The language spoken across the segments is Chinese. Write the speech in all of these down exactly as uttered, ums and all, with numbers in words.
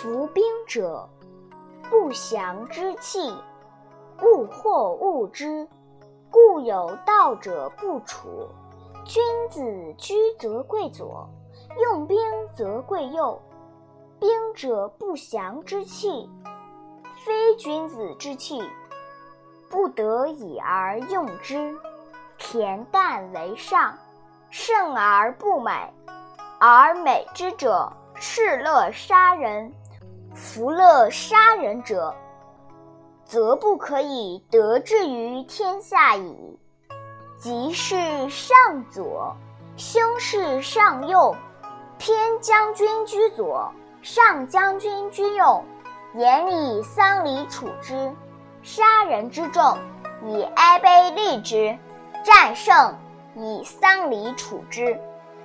服兵者，不祥之器，物或恶之，故有道者不处。君子居则贵左，用兵则贵右。兵者，不祥之器，非君子之器，不得已而用之。恬淡为上，胜而不美，而美之者，士乐杀人。夫乐杀人者，则不可以得志于天下矣。吉事上左，凶事上右。偏将军居左，上将军居右。严以丧礼处之。杀人之众，以哀悲立之；战胜，以丧礼处之。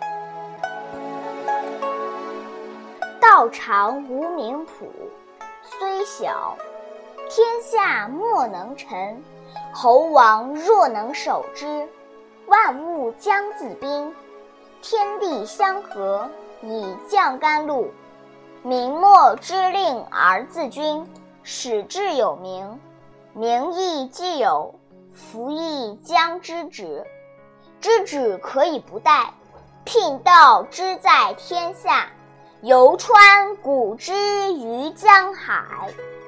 道常无名谱，虽小，天下莫能臣。侯王若能守之，万物将自宾。天地相合，以降甘露。民莫之令而自君，使之有名。名义既有，夫亦将知止。知止可以不殆，聘道之在天下，游川古之于江海。